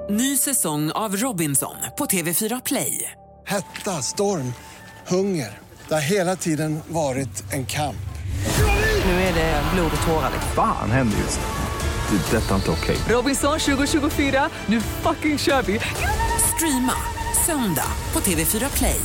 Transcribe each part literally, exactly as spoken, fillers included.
Ny säsong av Robinson på T V fyra Play. Hetta, storm, hunger. Det har hela tiden varit en kamp. Nu är det blod och tårar. Fan händer just det. Det är detta inte okej. Robinson tjugo tjugofyra, nu fucking kör vi. Streama söndag på T V fyra Play.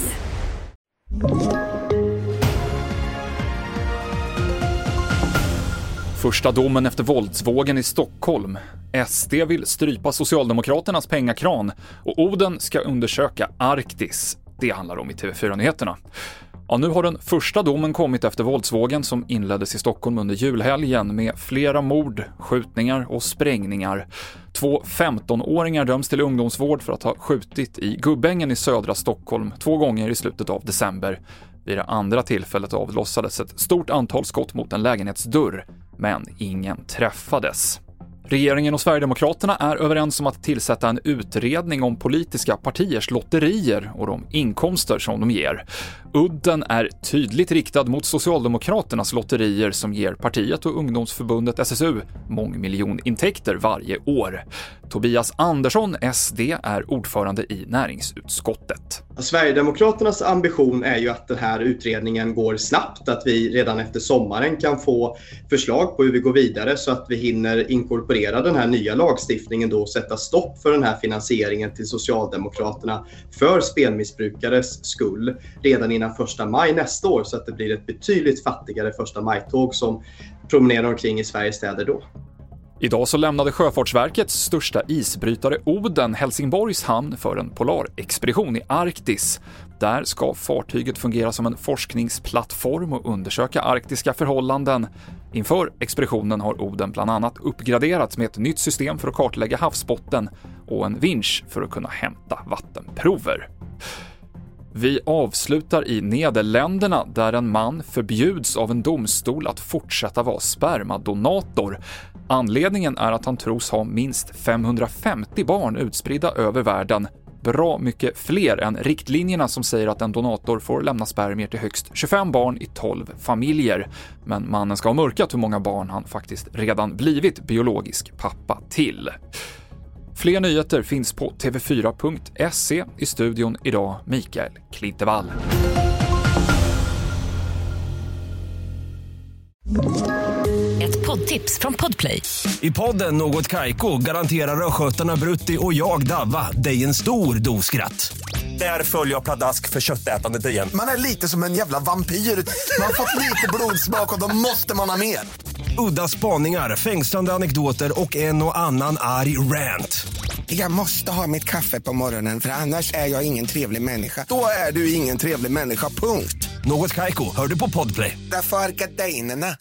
Första domen efter våldsvågen i Stockholm. S D vill strypa Socialdemokraternas pengakran och Oden ska undersöka Arktis. Det handlar om i T V fyra-nyheterna. Ja, nu har den första domen kommit efter våldsvågen som inleddes i Stockholm under julhelgen med flera mord, skjutningar och sprängningar. Två femtonåringar döms till ungdomsvård för att ha skjutit i Gubbängen i södra Stockholm två gånger i slutet av december. Vid det andra tillfället avlossades ett stort antal skott mot en lägenhetsdörr, men ingen träffades. Regeringen och Sverigedemokraterna är överens om att tillsätta en utredning om politiska partiers lotterier och de inkomster som de ger. Udden är tydligt riktad mot Socialdemokraternas lotterier som ger partiet och ungdomsförbundet S S U mångmiljonintäkter varje år. Tobias Andersson, S D, är ordförande i näringsutskottet. Sverigedemokraternas ambition är ju att den här utredningen går snabbt, att vi redan efter sommaren kan få förslag på hur vi går vidare så att vi hinner inkorporera den här nya lagstiftningen då och sätta stopp för den här finansieringen till Socialdemokraterna för spelmissbrukares skull redan innan första maj nästa år, så att det blir ett betydligt fattigare första majtåg som promenerar omkring i Sveriges städer då. Idag så lämnade Sjöfartsverkets största isbrytare Oden Helsingborgs hamn för en polarexpedition i Arktis. Där ska fartyget fungera som en forskningsplattform och undersöka arktiska förhållanden. Inför expeditionen har Oden bland annat uppgraderats med ett nytt system för att kartlägga havsbotten och en vinsch för att kunna hämta vattenprover. Vi avslutar i Nederländerna där en man förbjuds av en domstol att fortsätta vara spermadonator. Anledningen är att han tros ha minst femhundrafemtio barn utspridda över världen. Bra mycket fler än riktlinjerna som säger att en donator får lämna spermier till högst tjugofem barn i tolv familjer. Men mannen ska ha mörkat hur många barn han faktiskt redan blivit biologisk pappa till. Fler nyheter finns på t v fyra punkt se. I studion idag Mikael Klintevall. Ett poddtips från Podplay. I podden Något Kaiko garanterar röskötarna Brutti och jag Davva dig en stor doskratt. Där följer jag pladask för köttätandet igen. Man är lite som en jävla vampyr. Man har fått lite blodsmak och då måste man ha mer. Udda spaningar, fängslande anekdoter och en och annan arg rant. Jag måste ha mitt kaffe på morgonen för annars är jag ingen trevlig människa. Då är du ingen trevlig människa, punkt. Något Kaiko, hör du på Podplay. Därför är gardinerna.